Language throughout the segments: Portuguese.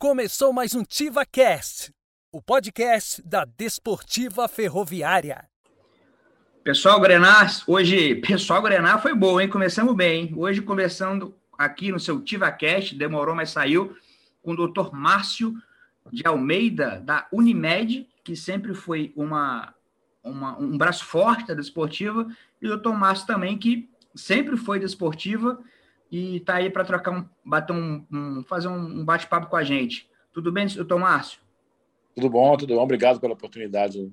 Começou mais um TivaCast, o podcast da Desportiva Ferroviária. Pessoal Grenar, Pessoal Grenar foi bom, hein? Começamos bem, hein? Hoje conversando aqui no seu TivaCast, demorou, mas saiu, com o Dr. Márcio de Almeida, da Unimed, que sempre foi um braço forte da Desportiva, e o Dr. Márcio também, que sempre foi Desportiva, e está aí para fazer um bate-papo com a gente. Tudo bem, Dr. Márcio? Tudo bom. Obrigado pela oportunidade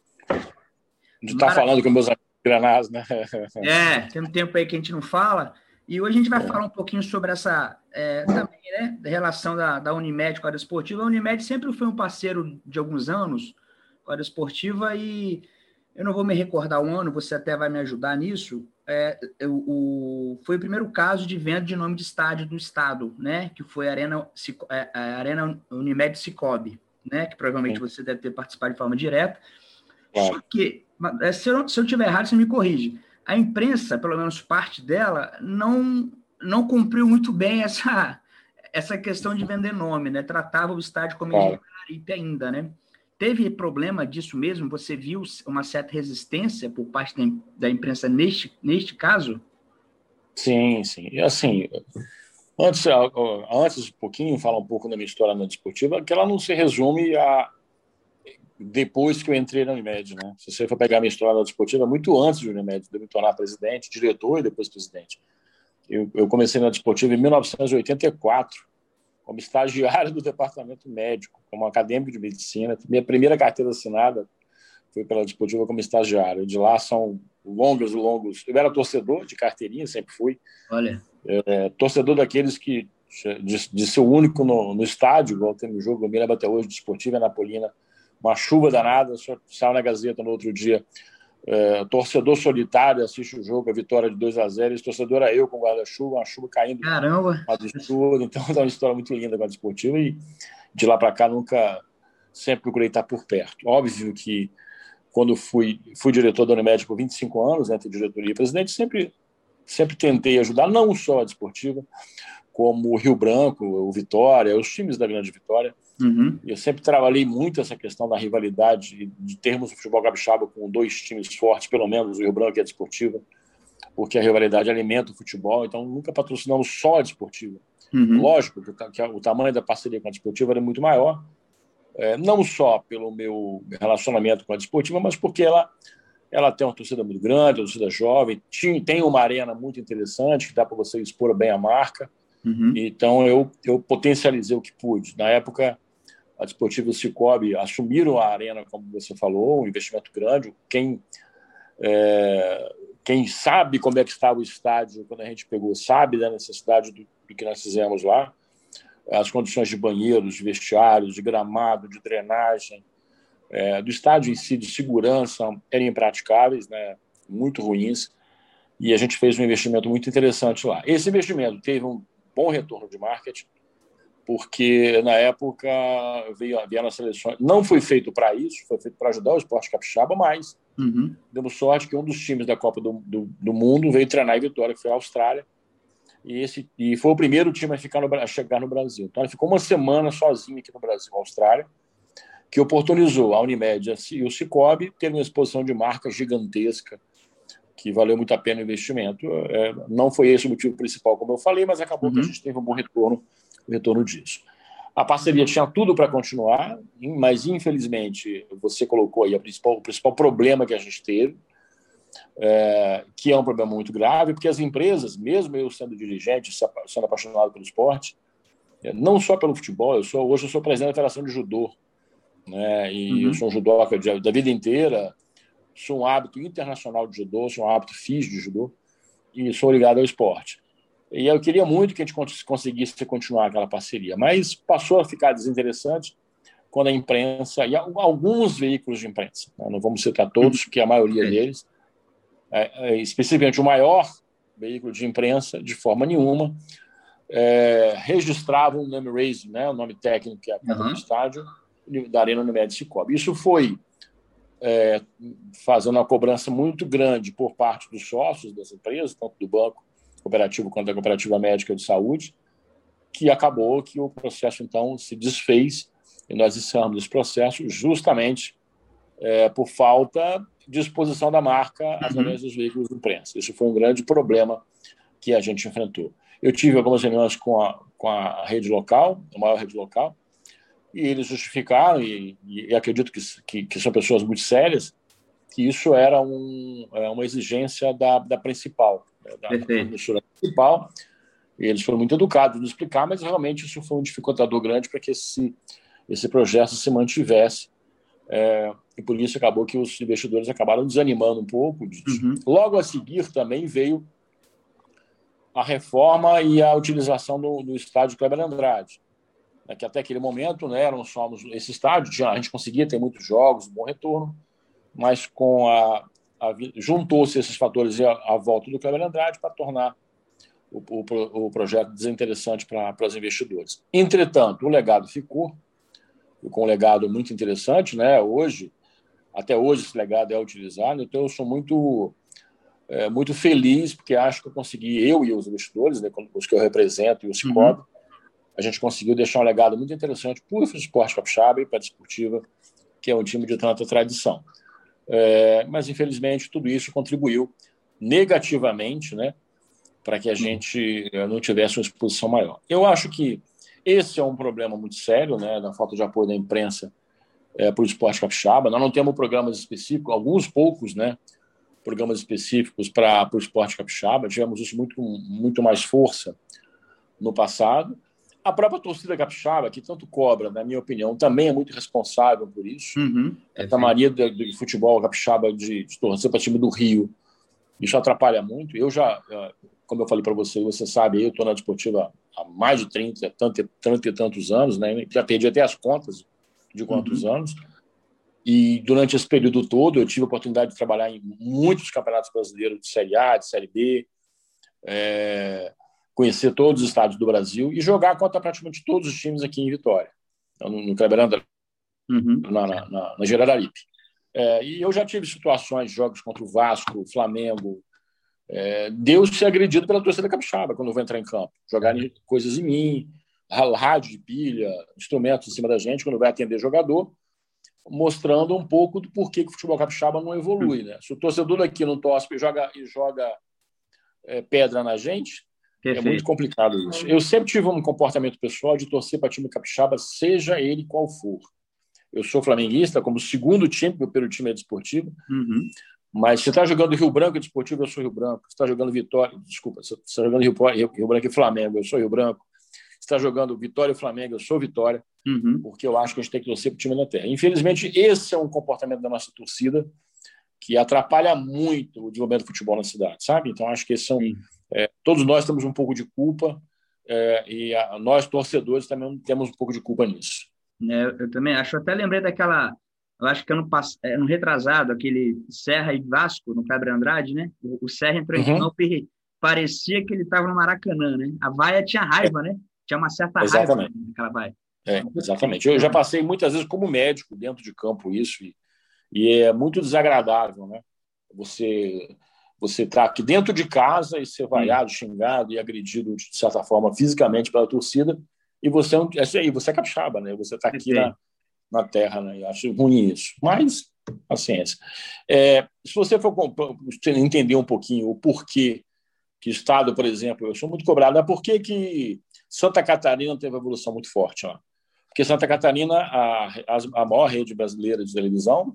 de estar falando com meus amigos granados, né? Tem um tempo aí que a gente não fala, e hoje a gente vai falar um pouquinho sobre essa, também, né, da relação da Unimed com a Desportiva. A Unimed sempre foi um parceiro de alguns anos com a Desportiva, e eu não vou me recordar o ano, você até vai me ajudar nisso. Foi o primeiro caso de venda de nome de estádio do estado, né? Que foi a Arena Unimed Cicobi, né? Que provavelmente você deve ter participado de forma direta. Claro. Só que, se eu estiver errado, você me corrige. A imprensa, pelo menos parte dela, não cumpriu muito bem essa questão de vender nome, né? Tratava o estádio como Engenharipe ainda, né? Teve problema disso mesmo? Você viu uma certa resistência por parte da imprensa neste caso? Sim. E assim, antes de um pouquinho, falar um pouco da minha história na Desportiva, que ela não se resume a depois que eu entrei na Unimed, né? Se você for pegar a minha história na Desportiva, muito antes de Unimed, de eu me tornar presidente, diretor e depois presidente. Eu comecei na Desportiva em 1984, como estagiário do departamento médico, como acadêmico de medicina. Minha primeira carteira assinada foi pela Desportiva como estagiário. De lá são longos. Eu era torcedor de carteirinha, sempre fui. Olha. Torcedor daqueles que, de ser o único no estádio, igual tem no jogo, eu me lembro até hoje, Desportiva e Napolina, uma chuva danada, só saiu na Gazeta no outro dia. Torcedor solitário, assiste o jogo, a vitória de 2-0, esse torcedor era eu com guarda-chuva, uma chuva caindo. Caramba! Absurdo. Então é uma história muito linda com a Desportiva, e de lá para cá sempre procurei estar por perto. Óbvio que quando fui diretor da Unimed por 25 anos, entre diretoria e presidente, sempre tentei ajudar, não só a Desportiva, como o Rio Branco, o Vitória, os times da Grande Vitória. Uhum. Eu sempre trabalhei muito essa questão da rivalidade, de termos o futebol capixaba com dois times fortes, pelo menos o Rio Branco e a Desportiva, porque a rivalidade alimenta o futebol, então nunca patrocinamos só a Desportiva. Uhum. Lógico que o tamanho da parceria com a Desportiva era muito maior, não só pelo meu relacionamento com a Desportiva, mas porque ela tem uma torcida muito grande, uma torcida jovem, tem uma arena muito interessante, que dá para você expor bem a marca. Uhum. Então eu potencializei o que pude. Na época, a Desportiva e o Cicobi assumiram a arena, como você falou, um investimento grande. Quem sabe como é que estava o estádio quando a gente pegou, sabe da necessidade do que nós fizemos lá. As condições de banheiros, de vestiários, de gramado, de drenagem, do estádio em si, de segurança, eram impraticáveis, né? Muito ruins. E a gente fez um investimento muito interessante lá. Esse investimento teve um bom retorno de marketing, porque na época vieram as seleções. Não foi feito para isso, foi feito para ajudar o esporte capixaba, mas demos sorte que um dos times da Copa do Mundo veio treinar em Vitória, que foi a Austrália, e foi o primeiro time a chegar no Brasil. Então ele ficou uma semana sozinho aqui no Brasil, Austrália, que oportunizou a Unimed e o Cicobi ter uma exposição de marca gigantesca, que valeu muito a pena o investimento. Não foi esse o motivo principal, como eu falei, mas acabou que a gente teve um bom retorno disso. A parceria tinha tudo para continuar, mas, infelizmente, você colocou aí o principal problema que a gente teve, que é um problema muito grave, porque as empresas, mesmo eu sendo dirigente, sendo apaixonado pelo esporte, não só pelo futebol, hoje eu sou presidente da Federação de Judô, né, e eu sou um judoca da vida inteira, sou um hábito internacional de judô, sou um hábito físico de judô, e sou ligado ao esporte. E eu queria muito que a gente conseguisse continuar aquela parceria, mas passou a ficar desinteressante quando a imprensa, e alguns veículos de imprensa, né, não vamos citar todos, porque a maioria deles, especificamente o maior veículo de imprensa, de forma nenhuma, registrava um name raising, né, o nome técnico que é a do estádio, da Arena Unimed Cicobi. Isso foi fazendo uma cobrança muito grande por parte dos sócios das empresas, tanto do Banco Cooperativo quanto da Cooperativa Médica de Saúde, que acabou que o processo, então, se desfez e nós encerramos esse processo justamente por falta de exposição da marca através dos veículos de imprensa. Isso foi um grande problema que a gente enfrentou. Eu tive algumas reuniões com a rede local, a maior rede local, e eles justificaram, e acredito que são pessoas muito sérias, que isso era uma exigência da principal, da emissora principal. E eles foram muito educados em explicar, mas realmente isso foi um dificultador grande para que esse projeto se mantivesse. E por isso acabou que os investidores acabaram desanimando um pouco disso. Logo a seguir também veio a reforma e a utilização do estádio Kleber Andrade, que até aquele momento, né, esse estádio, a gente conseguia ter muitos jogos, um bom retorno, mas juntou-se esses fatores à volta do Kleber Andrade para tornar o projeto desinteressante para os investidores. Entretanto, o legado ficou um legado muito interessante, né? Até hoje esse legado é utilizado, então eu sou muito feliz, porque acho que eu consegui, eu e os investidores, né, os que eu represento e o Cicobi, a gente conseguiu deixar um legado muito interessante para o esporte capixaba e para a Desportiva, que é um time de tanta tradição. Mas, infelizmente, tudo isso contribuiu negativamente, né, para que a gente não tivesse uma exposição maior. Eu acho que esse é um problema muito sério, né, da falta de apoio da imprensa para o esporte capixaba. Nós não temos programas específicos, alguns poucos, né, programas específicos para o esporte capixaba. Tivemos isso muito mais força no passado. A própria torcida capixaba, que tanto cobra, na minha opinião, também é muito responsável por isso. Essa mania de futebol capixaba de torcer para o time do Rio, isso atrapalha muito. Eu já, como eu falei para você sabe, eu estou na Desportiva há mais de 30 e tantos anos, né? Já perdi até as contas de quantos anos. E durante esse período todo eu tive a oportunidade de trabalhar em muitos campeonatos brasileiros de Série A, de Série B, conhecer todos os estádios do Brasil e jogar contra praticamente todos os times aqui em Vitória, no Kleber Andrade, na Gerararipe. E eu já tive situações, jogos contra o Vasco, o Flamengo, Deus ser agredido pela torcida capixaba quando eu vou entrar em campo, jogarem coisas em mim, rádio de pilha, instrumentos em cima da gente quando vai atender jogador, mostrando um pouco do porquê que o futebol capixaba não evolui, né? Se o torcedor aqui não torce e joga pedra na gente, é muito complicado isso. Eu sempre tive um comportamento pessoal de torcer para time capixaba, seja ele qual for. Eu sou flamenguista, como segundo time, meu primeiro time é Desportivo, mas se está jogando Rio Branco e Desportivo, eu sou Rio Branco. Se está jogando Vitória, desculpa, se está jogando Rio Branco e Flamengo, eu sou Rio Branco. Se está jogando Vitória e Flamengo, eu sou Vitória, porque eu acho que a gente tem que torcer para o time da terra. Infelizmente, esse é um comportamento da nossa torcida que atrapalha muito o desenvolvimento do futebol na cidade, sabe? Então, acho que todos nós temos um pouco de culpa e nós, torcedores, também temos um pouco de culpa nisso. Eu também acho. Eu até lembrei daquela... Eu acho que ano retrasado, aquele Serra e Vasco, no Kleber Andrade, né? O Serra entrou em campo e parecia que ele estava no Maracanã, né? A vaia tinha raiva, né? Tinha uma certa raiva naquela vaia. Exatamente. Eu já passei muitas vezes como médico dentro de campo isso e é muito desagradável, né? Você está aqui dentro de casa e ser vaiado, xingado e agredido de certa forma fisicamente pela torcida e você é capixaba, né? Você está aqui na terra, né? Eu acho ruim isso, mas paciência. Se você for entender um pouquinho o porquê que o Estado, por exemplo, eu sou muito cobrado, por que Santa Catarina teve uma evolução muito forte lá? Porque Santa Catarina, a maior rede brasileira de televisão,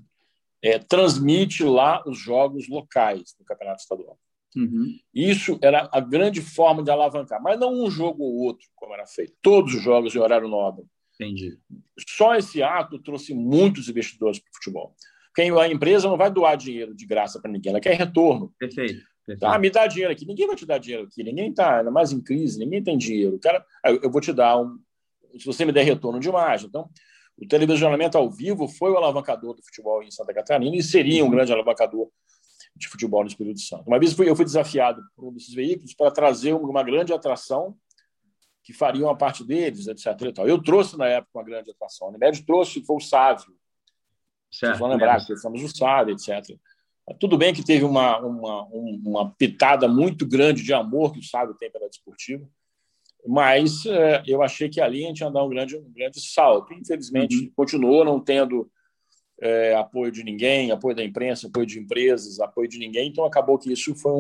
transmite lá os jogos locais do Campeonato Estadual. Isso era a grande forma de alavancar, mas não um jogo ou outro, como era feito. Todos os jogos em horário nobre. Entendi. Só esse ato trouxe muitos investidores para o futebol. Porque a empresa não vai doar dinheiro de graça para ninguém, ela quer retorno. Perfeito. Me dá dinheiro aqui. Ninguém vai te dar dinheiro aqui. Ninguém está, ainda mais em crise, ninguém tem dinheiro. Cara, eu vou te dar se você me der retorno de imagem. Então, o televisionamento ao vivo foi o alavancador do futebol em Santa Catarina e seria um grande alavancador de futebol no Espírito Santo. Uma vez eu fui desafiado por um desses veículos para trazer uma grande atração que faria uma parte deles, etc. E tal. Eu trouxe, na época, uma grande atração. A Unimed trouxe, foi o Sávio. Vocês vão lembrar que fomos o Sávio, etc. Tudo bem que teve uma pitada muito grande de amor que o Sávio tem pela Desportiva, Mas eu achei que ali a gente ia dar um grande salto. Infelizmente, continuou não tendo apoio de ninguém, apoio da imprensa, apoio de empresas, apoio de ninguém. Então, acabou que isso foi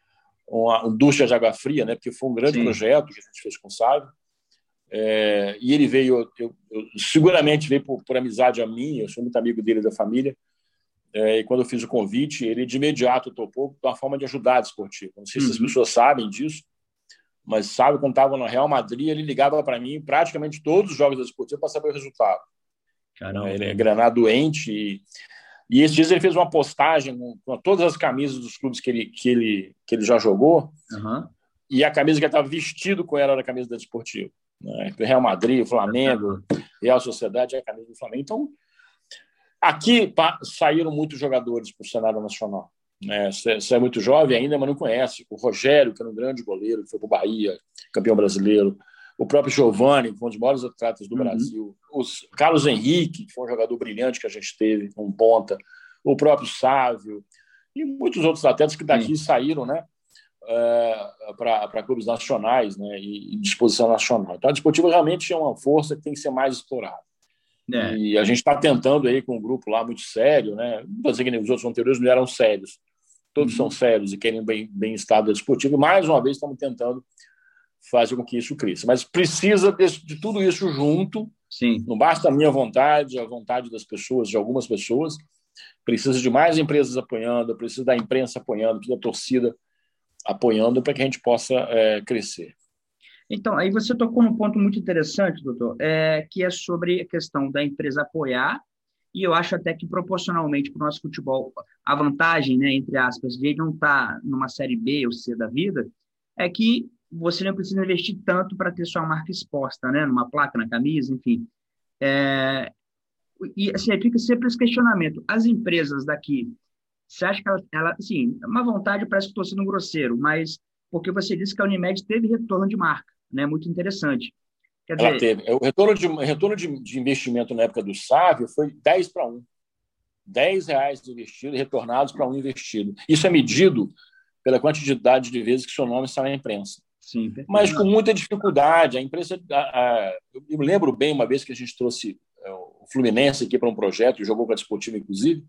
um ducha de água fria, né? Porque foi um grande projeto que a gente fez com o Sávio. E ele veio, seguramente veio por amizade a mim, eu sou muito amigo dele, da família. E quando eu fiz o convite, ele de imediato topou uma forma de ajudar a Desportivo. Não sei se as pessoas sabem disso, mas sabe, quando estava no Real Madrid, ele ligava para mim praticamente todos os jogos da Desportivo para saber o resultado. Caramba. Ele é granado doente e esses dias ele fez uma postagem com todas as camisas dos clubes que ele já jogou, e a camisa que ele estava vestido com ela era a camisa da Desportivo. Né? Real Madrid, Flamengo, Real Sociedade é a camisa do Flamengo. Então, aqui saíram muitos jogadores para o cenário nacional. Você é muito jovem ainda, mas não conhece. O Rogério, que era um grande goleiro, que foi para o Bahia, campeão brasileiro. O próprio Giovani, que foi um dos maiores atletas do Brasil. O Carlos Henrique, que foi um jogador brilhante que a gente teve, um ponta. O próprio Sávio. E muitos outros atletas que daqui saíram, né, para clubes nacionais, né, e disposição nacional. Então, a Desportiva realmente é uma força que tem que ser mais explorada. E a gente está tentando aí com um grupo lá muito sério, né? Não vou dizer que os outros anteriores não eram sérios. Todos são sérios e querem bem-estar da Desportiva. E, mais uma vez, estamos tentando fazer com que isso cresça. Mas precisa de tudo isso junto. Sim. Não basta a minha vontade, a vontade das pessoas, de algumas pessoas. Precisa de mais empresas apoiando, precisa da imprensa apoiando, da torcida apoiando para que a gente possa crescer. Então, aí você tocou num ponto muito interessante, doutor, que é sobre a questão da empresa apoiar, e eu acho até que proporcionalmente para o nosso futebol, a vantagem, né, entre aspas, de ele não estar numa Série B ou C da vida, é que você não precisa investir tanto para ter sua marca exposta, né, numa placa, na camisa, enfim. E assim, fica sempre esse questionamento. As empresas daqui, você acha que ela assim, uma vontade, parece que estou sendo grosseiro, mas porque você disse que a Unimed teve retorno de marca, né? Muito interessante. Quer dizer, ela teve. O retorno de investimento na época do Sávio foi 10-1. R$10 investido e retornados para 1 investido. Isso é medido pela quantidade de vezes que seu nome está na imprensa. Sim, mas com muita dificuldade. A imprensa, eu me lembro bem uma vez que a gente trouxe o Fluminense aqui para um projeto, jogou com a Desportiva, inclusive.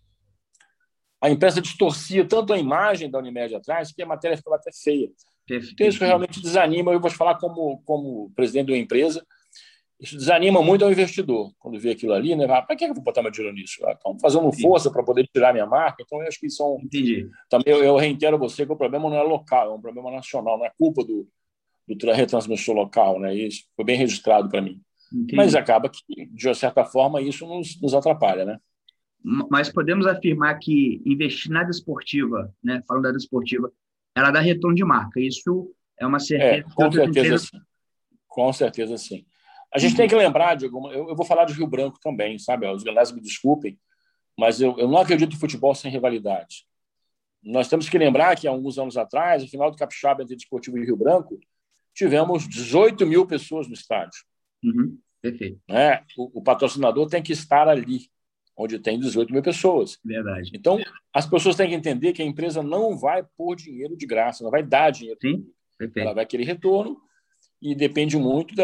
A imprensa distorcia tanto a imagem da Unimed atrás que a matéria ficava até feia. Então, isso realmente desanima. Eu vou te falar como presidente de uma empresa, isso desanima muito ao investidor quando vê aquilo ali, né? Para que eu vou botar meu dinheiro nisso? Estão fazendo força para poder tirar minha marca. Então, eu acho que isso é Entendi. Também eu reitero a você que o problema não é local, é um problema nacional, não é culpa do retransmissor local, né? Isso foi bem registrado para mim. Entendi. Mas acaba que, de certa forma, isso nos atrapalha, né? Mas podemos afirmar que investir na Desportiva, né, falando da Desportiva, ela dá retorno de marca. Isso é uma certeza. Com certeza sim. Com certeza sim. A gente tem que lembrar de alguma... Eu vou falar de Rio Branco também, sabe? Os galera me desculpem, mas eu não acredito em futebol sem rivalidade. Nós temos que lembrar que, há alguns anos atrás, no final do Capixaba entre Desportivo e Rio Branco, tivemos 18 mil pessoas no estádio. Perfeito. Né? O patrocinador tem que estar ali, onde tem 18 mil pessoas. Verdade. Então, as pessoas têm que entender que a empresa não vai pôr dinheiro de graça, não vai dar dinheiro. Sim, perfeito. Ela vai querer retorno e depende muito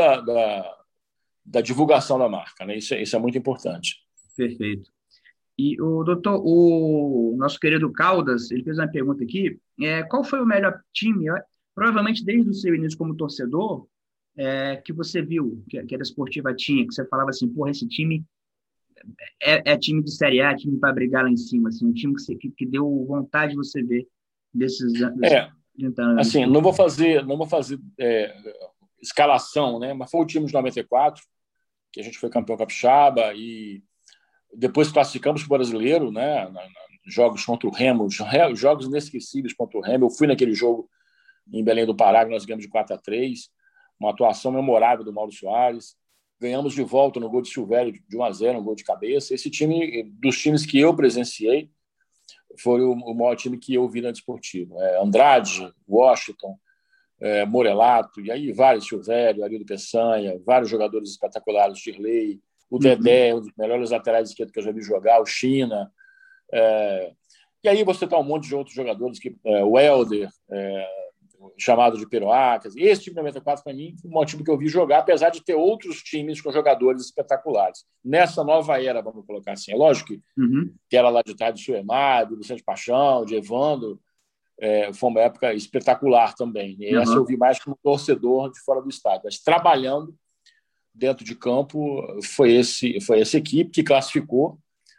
da divulgação da marca, né? Isso é muito importante. Perfeito. E o nosso querido Caldas, ele fez uma pergunta aqui, qual foi o melhor time, provavelmente desde o seu início como torcedor, que você viu, que a Desportiva tinha, que você falava assim, porra, esse time é time de Série A, time para brigar lá em cima, assim, um time que deu vontade de você ver desses 30 anos. Assim, não vou fazer escalação, né? Mas foi o time de 94, que a gente foi campeão capixaba, e depois classificamos para o brasileiro, né? Jogos contra o Remo, jogos inesquecíveis contra o Remo. Eu fui naquele jogo em Belém do Pará, que nós ganhamos de 4-3, uma atuação memorável do Mauro Soares. Ganhamos de volta no gol de Silvério de 1-0, um gol de cabeça. Esse time, dos times que eu presenciei, foi o maior time que eu vi na Desportiva. Andrade, Washington, Morelato, e aí vários, Silvério, Arildo Peçanha, vários jogadores espetaculares, Dirley, o Dedé, um dos melhores laterais esquerdos que eu já vi jogar, o China. E aí você tá um monte de outros jogadores, o Helder, chamado de Peroá. Esse time de 94, para mim, foi um time que eu vi jogar, apesar de ter outros times com jogadores espetaculares. Nessa nova era, vamos colocar assim. É lógico que era lá de trás do Suemar, do Vicente Paixão, de Evandro. Foi uma época espetacular também. E essa eu vi mais como torcedor de fora do estádio. Mas trabalhando dentro de campo, foi essa equipe que classificou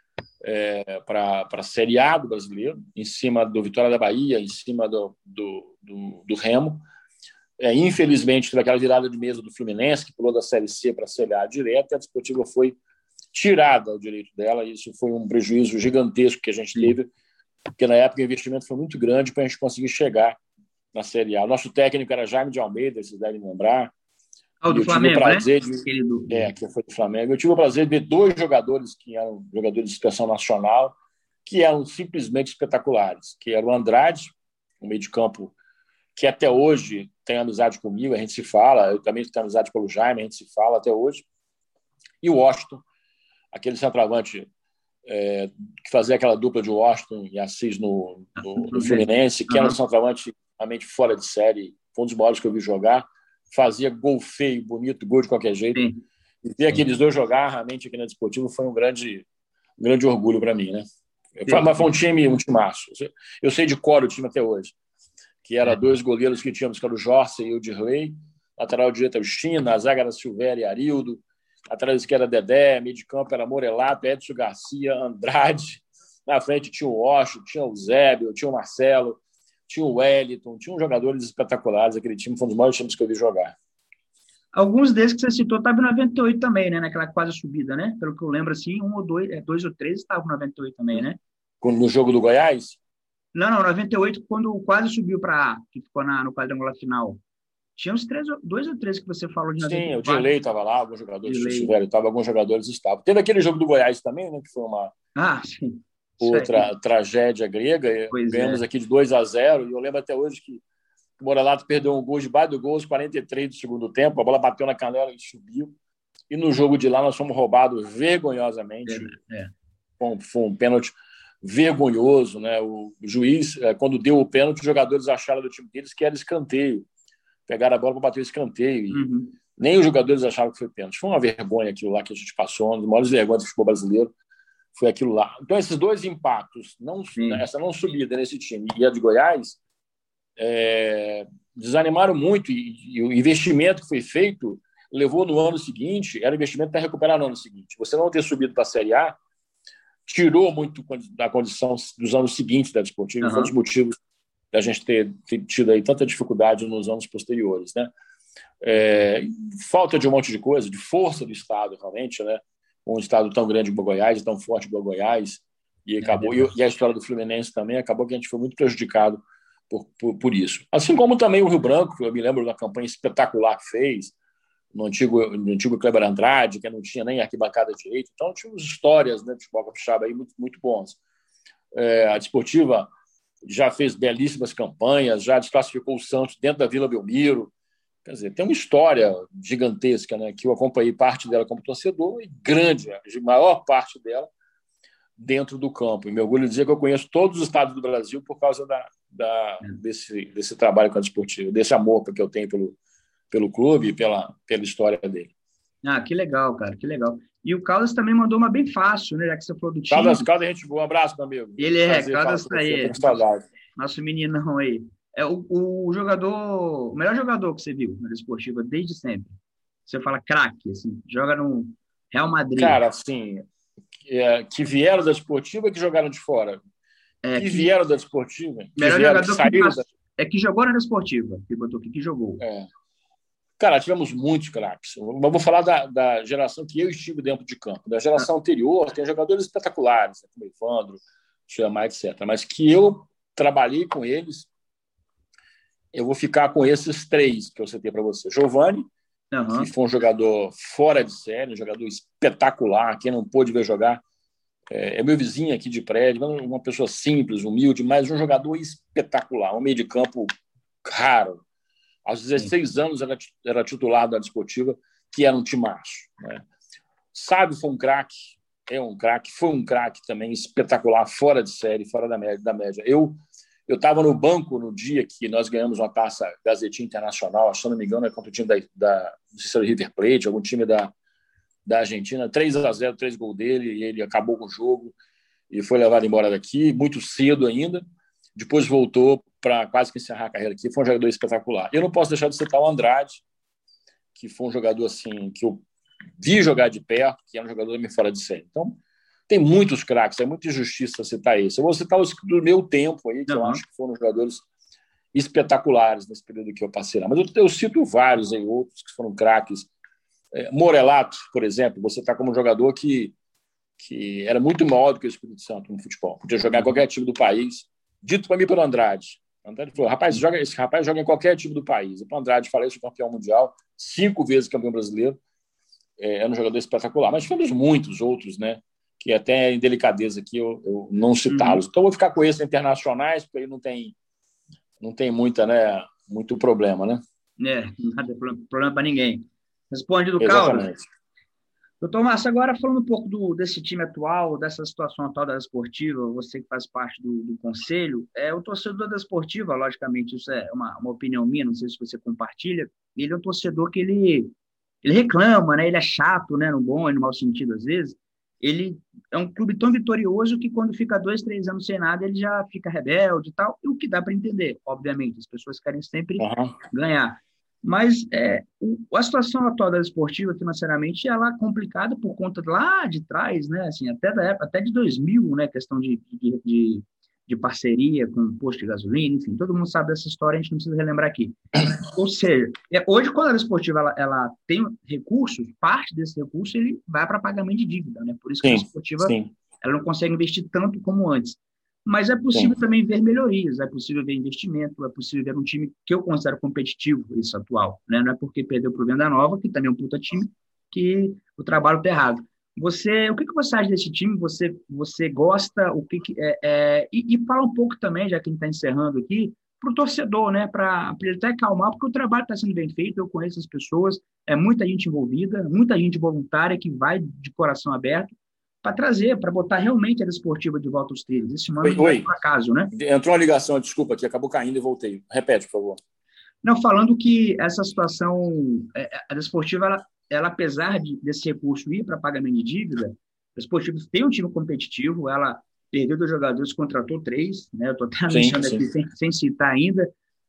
para a Série A do Brasileiro, em cima do Vitória da Bahia, em cima do Remo. Infelizmente, teve aquela virada de mesa do Fluminense, que pulou da Série C para a Série A direto, e a Desportiva foi tirada o direito dela, e isso foi um prejuízo gigantesco que a gente teve, porque na época o investimento foi muito grande para a gente conseguir chegar na Série A. O nosso técnico era Jaime de Almeida, vocês devem lembrar. Do Flamengo, né? Que foi do Flamengo. Eu tive o prazer de ver 2 jogadores que eram jogadores de expressão nacional, que eram simplesmente espetaculares, que era o Andrade, um meio de campo que até hoje tem amizade comigo, a gente se fala, eu também tenho amizade pelo Jaime, a gente se fala até hoje, e o Washington, aquele centroavante que fazia aquela dupla de Washington e Assis no Fluminense, que era um centroavante realmente fora de série, foi um dos maiores que eu vi jogar, fazia gol feio, bonito, gol de qualquer jeito. Sim. E ver aqueles 2 jogar realmente aqui na Desportiva foi um grande orgulho para mim, né? Mas foi um timaço. Eu sei de cor o time até hoje, que era 2 goleiros que tínhamos, que era o Jorge e o Dirley, lateral direito o China, a zaga era Silvério e Arildo, lateral esquerda Dedé, meio de campo era Morelato, Edson Garcia, Andrade, na frente tinha o Osho, tinha o Zébio, tinha o Marcelo, tinha o Wellington, tinha jogadores espetaculares. Aquele time foi um dos maiores times que eu vi jogar. Alguns desses que você citou estavam em 98 também, né? Naquela quase subida, né? Pelo que eu lembro, assim, 2 ou 3 estavam em 98 também, né? No jogo do Goiás? Não, 98, quando quase subiu para A, que ficou no quadrangular final. Tinha uns 2 ou 3 que você falou de 94. Sim, o Dirley estava lá, alguns jogadores alguns jogadores estavam. Teve aquele jogo do Goiás também, né? Que foi uma outra tragédia grega. Ganhamos aqui de 2-0, e eu lembro até hoje que o Morelato perdeu um gol debaixo do gol aos 43 do segundo tempo, a bola bateu na canela e subiu. E no jogo de lá nós fomos roubados vergonhosamente. Foi um pênalti vergonhoso, né? O juiz, quando deu o pênalti, os jogadores acharam do time deles que era escanteio. Pegaram a bola para bater o escanteio. E nem os jogadores acharam que foi pênalti. Foi uma vergonha aquilo lá que a gente passou, uma das maiores vergonhas do futebol brasileiro. Foi aquilo lá. Então, esses 2 impactos, essa não subida nesse time e a de Goiás, desanimaram muito, e o investimento que foi feito levou no ano seguinte, era investimento para recuperar no ano seguinte. Você não ter subido para a Série A tirou muito da condição dos anos seguintes da Desportiva, foi um dos motivos da gente ter tido aí tanta dificuldade nos anos posteriores, né? Falta de um monte de coisa, de força do Estado, realmente, né? Um Estado tão grande como o Goiás, tão forte como o Goiás, e acabou. E a história do Fluminense também acabou que a gente foi muito prejudicado por isso. Assim como também o Rio Branco, que eu me lembro da campanha espetacular que fez, no antigo Kleber Andrade, que não tinha nem arquibancada direito. Então, tínhamos histórias, né, de futebol capixaba aí muito, muito bons. A Desportiva já fez belíssimas campanhas, já desclassificou o Santos dentro da Vila Belmiro. Quer dizer, tem uma história gigantesca, né, que eu acompanhei parte dela como torcedor e a maior parte dela dentro do campo. E me orgulho de dizer que eu conheço todos os estados do Brasil por causa desse trabalho com a Desportiva, desse amor que eu tenho pelo clube e pela história dele. Que legal, cara, que legal. E o Caldas também mandou uma bem fácil, né, já que você falou do time. Caldas, a gente boa. Um abraço, meu amigo. Ele Caldas tá aí. Nosso meninão aí. O melhor jogador que você viu na Desportiva desde sempre. Você fala craque, assim, joga no Real Madrid. Cara, assim, que vieram da Desportiva e que jogaram de fora. Que vieram da Desportiva. Melhor jogador que jogou na Desportiva, que botou aqui, que jogou. Cara, tivemos muitos craques. Vou falar da geração que eu estive dentro de campo. Da geração anterior, tem jogadores espetaculares, como Evandro, Chamar, etc. Mas que eu trabalhei com eles, eu vou ficar com esses 3 que eu citei para você. Giovani, que foi um jogador fora de série, um jogador espetacular. Quem não pôde ver jogar é meu vizinho aqui de prédio, uma pessoa simples, humilde, mas um jogador espetacular, um meio de campo raro. Aos 16 anos era titular da Desportiva, que era um timaço, né? Sábio foi um craque, foi um craque também espetacular, fora de série, fora da média. Eu Eu estava no banco no dia que nós ganhamos uma taça Gazetinha Internacional, se não me engano, é contra o time não sei se era o River Plate, algum time da Argentina, 3-0, 3 gols dele, e ele acabou com o jogo e foi levado embora daqui, muito cedo ainda. Depois voltou para quase que encerrar a carreira aqui. Foi um jogador espetacular. Eu não posso deixar de citar o Andrade, que foi um jogador assim que eu vi jogar de perto, que era um jogador meio fora de série. Então, tem muitos craques, é muita injustiça citar esse. Eu vou citar os do meu tempo aí, que eu acho que foram jogadores espetaculares nesse período que eu passei lá. Mas eu cito vários aí, outros que foram craques. Morelato, por exemplo, você está como um jogador que era muito maior do que o Espírito Santo no futebol. Podia jogar em qualquer time do país. Dito para mim pelo Andrade. Andrade falou, esse rapaz joga em qualquer time do país. E para o Andrade, falei, isso, campeão mundial, 5 vezes campeão brasileiro. Era um jogador espetacular. Mas tivemos muitos outros, né? Que até em delicadeza aqui eu não citá-los. Então, eu vou ficar com esses internacionais, porque aí não tem muito problema, né? Nada problema para ninguém. Responde do Exatamente. Caldas. Doutor Márcio, agora falando um pouco desse time atual, dessa situação atual da Desportiva, você que faz parte do conselho, o torcedor da Desportiva, logicamente, isso é uma opinião minha, não sei se você compartilha, ele é um torcedor que ele reclama, né? Ele é chato, né? No bom e no mau sentido, às vezes. Ele é um clube tão vitorioso que quando fica 2, 3 anos sem nada, ele já fica rebelde e tal, e o que dá para entender, obviamente, as pessoas querem sempre ganhar. Mas a situação atual da Desportiva, financeiramente, ela é complicada por conta lá de trás, né? Assim, até da época, até de 2000, né? Questão de parceria com o posto de gasolina, enfim, todo mundo sabe dessa história, a gente não precisa relembrar aqui. Ou seja, hoje, quando a Desportiva ela tem recursos, parte desse recurso ele vai para pagamento de dívida, né? Por isso que a Desportiva ela não consegue investir tanto como antes. Mas é possível também ver melhorias, é possível ver investimento, é possível ver um time que eu considero competitivo, esse atual, né? Não é porque perdeu para o Venda Nova, que também é um puta time, que o trabalho está errado. O que você acha desse time? Você gosta? E fala um pouco também, já que a gente está encerrando aqui, para o torcedor, né? Para ele até acalmar, porque o trabalho está sendo bem feito, eu conheço as pessoas, muita gente envolvida, muita gente voluntária que vai de coração aberto, para trazer, para botar realmente a Desportiva de volta aos trilhos. Esse ano não é por acaso, né? Entrou uma ligação, desculpa, aqui acabou caindo e voltei. Repete, por favor. Não, falando que essa situação, a Desportiva, ela apesar desse recurso ir para pagamento de dívida, a Desportiva tem um time competitivo, ela perdeu 2 jogadores, contratou 3, né? Eu estou até anunciando aqui sem citar ainda.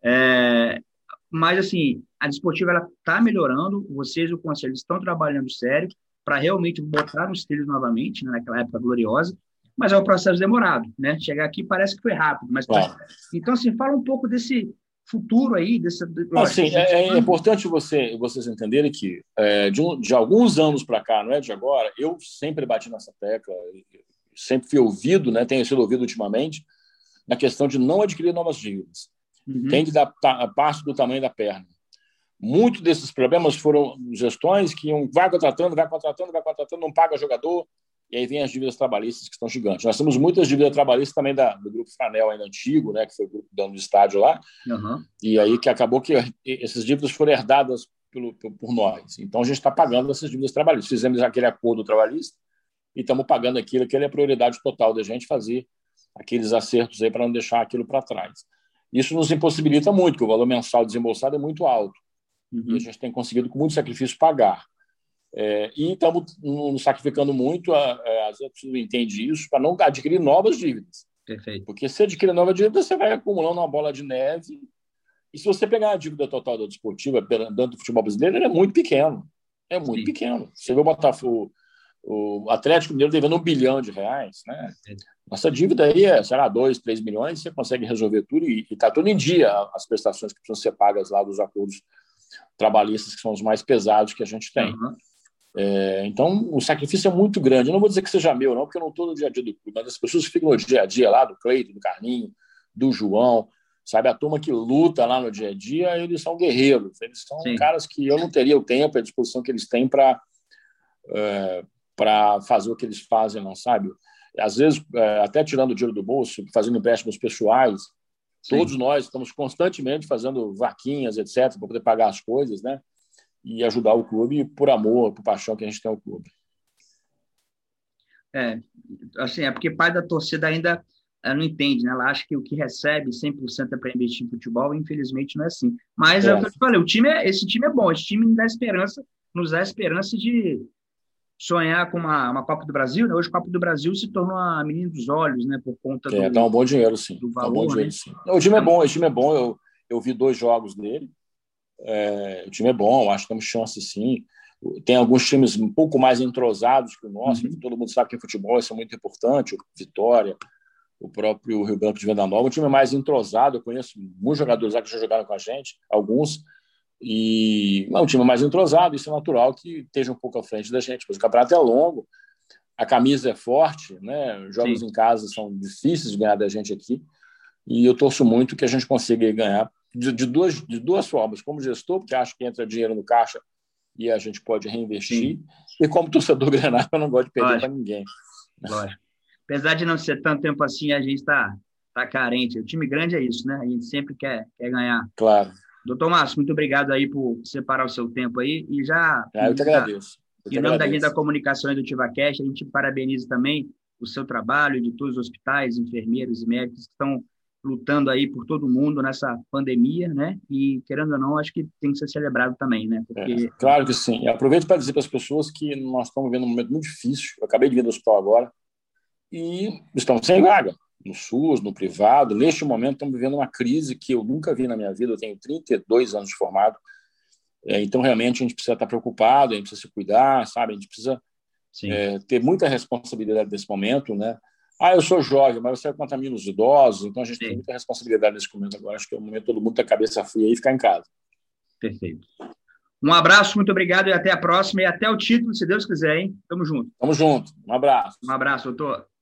Mas, assim, a Desportiva está melhorando, vocês, o Conselho, estão trabalhando sério, para realmente botar nos trilhos novamente, né, naquela época gloriosa, mas é um processo demorado, né? Chegar aqui parece que foi rápido, mas... Então, assim, fala um pouco desse futuro aí, Assim, é importante vocês entenderem que de alguns anos para cá, não é de agora, eu sempre bati nessa tecla, sempre fui ouvido, né, tenho sido ouvido ultimamente, na questão de não adquirir novas dívidas. Tem que dar passo do tamanho da perna. Muitos desses problemas foram gestões que vai contratando, não paga jogador, e aí vem as dívidas trabalhistas que estão gigantes. Nós temos muitas dívidas trabalhistas também do Grupo Franel ainda antigo, né, que foi o grupo dono do estádio lá, e aí que acabou que essas dívidas foram herdadas por nós. Então, a gente está pagando essas dívidas trabalhistas. Fizemos aquele acordo trabalhista e estamos pagando aquilo, que é a prioridade total da gente fazer aqueles acertos aí para não deixar aquilo para trás. Isso nos impossibilita muito, porque o valor mensal desembolsado é muito alto. E a gente tem conseguido, com muito sacrifício, pagar. E estamos nos sacrificando muito, às vezes você entende isso, para não adquirir novas dívidas. Perfeito. Porque se adquirir nova dívida, você vai acumulando uma bola de neve. E se você pegar a dívida total da Desportiva, dentro do futebol brasileiro, ele é muito pequeno. É muito pequeno. Você vê o Botafogo, o Atlético Mineiro devendo R$1 bilhão, né? Nossa dívida aí é, sei lá, 2, 3 milhões, você consegue resolver tudo e está tudo em dia, as prestações que precisam ser pagas lá dos acordos trabalhistas, que são os mais pesados que a gente tem. Então, o sacrifício é muito grande. Eu não vou dizer que seja meu, não, porque eu não estou no dia a dia do clube, mas as pessoas que ficam no dia a dia lá, do Cleiton, do Carlinho, do João, sabe, a turma que luta lá no dia a dia, eles são guerreiros, eles são caras que eu não teria o tempo, a disposição que eles têm para fazer o que eles fazem, não, sabe? Às vezes, até tirando o dinheiro do bolso, fazendo empréstimos pessoais, todos nós estamos constantemente fazendo vaquinhas, etc., para poder pagar as coisas, né? E ajudar o clube por amor, por paixão que a gente tem ao clube. Assim, porque parte da torcida ainda ela não entende, né? Ela acha que o que recebe 100% é para investir em futebol, e infelizmente não é assim. Mas é o que eu te falei, esse time é bom, esse time nos dá esperança de sonhar com uma Copa do Brasil, né? Hoje a Copa do Brasil se tornou a menina dos olhos, né? Por conta dá um bom dinheiro, sim. do valor, dá um bom dinheiro, né? Sim. O time é bom, eu vi 2 jogos dele, o time é bom, acho que temos chance, sim. Tem alguns times um pouco mais entrosados que o nosso, todo mundo sabe que em futebol isso é muito importante, o Vitória, o próprio Rio Branco de Venda Nova, um time mais entrosado, eu conheço muitos jogadores lá que já jogaram com a gente, alguns, e é um time mais entrosado, isso é natural que esteja um pouco à frente da gente, pois o campeonato é longo, a camisa é forte, né? Jogos em casa são difíceis de ganhar da gente aqui, e eu torço muito que a gente consiga ganhar de duas formas, como gestor, porque acho que entra dinheiro no caixa e a gente pode reinvestir, e como torcedor grenário, eu não gosto de perder para ninguém. Lógico. Apesar de não ser tanto tempo assim, a gente está carente. O time grande é isso, né? A gente sempre quer ganhar. Claro. Doutor Márcio, muito obrigado aí por separar o seu tempo aí. E já... eu te agradeço. Em nome da gente da comunicação e do TivaCast, a gente parabeniza também o seu trabalho, de todos os hospitais, enfermeiros e médicos que estão lutando aí por todo mundo nessa pandemia, né? E, querendo ou não, acho que tem que ser celebrado também, né? Porque... claro que sim. Eu aproveito para dizer para as pessoas que nós estamos vivendo um momento muito difícil. Eu acabei de vir do hospital agora e estamos sem vaga no SUS, no privado. Neste momento, estamos vivendo uma crise que eu nunca vi na minha vida. Eu tenho 32 anos de formado. Então, realmente, a gente precisa estar preocupado, a gente precisa se cuidar, sabe? A gente precisa ter muita responsabilidade nesse momento, né? Eu sou jovem, mas você contamina os idosos, então a gente tem muita responsabilidade nesse momento agora. Acho que é o momento todo mundo ter a cabeça fria e ficar em casa. Perfeito. Um abraço, muito obrigado e até a próxima. E até o título, se Deus quiser, hein? Tamo junto. Tamo junto. Um abraço. Um abraço, doutor.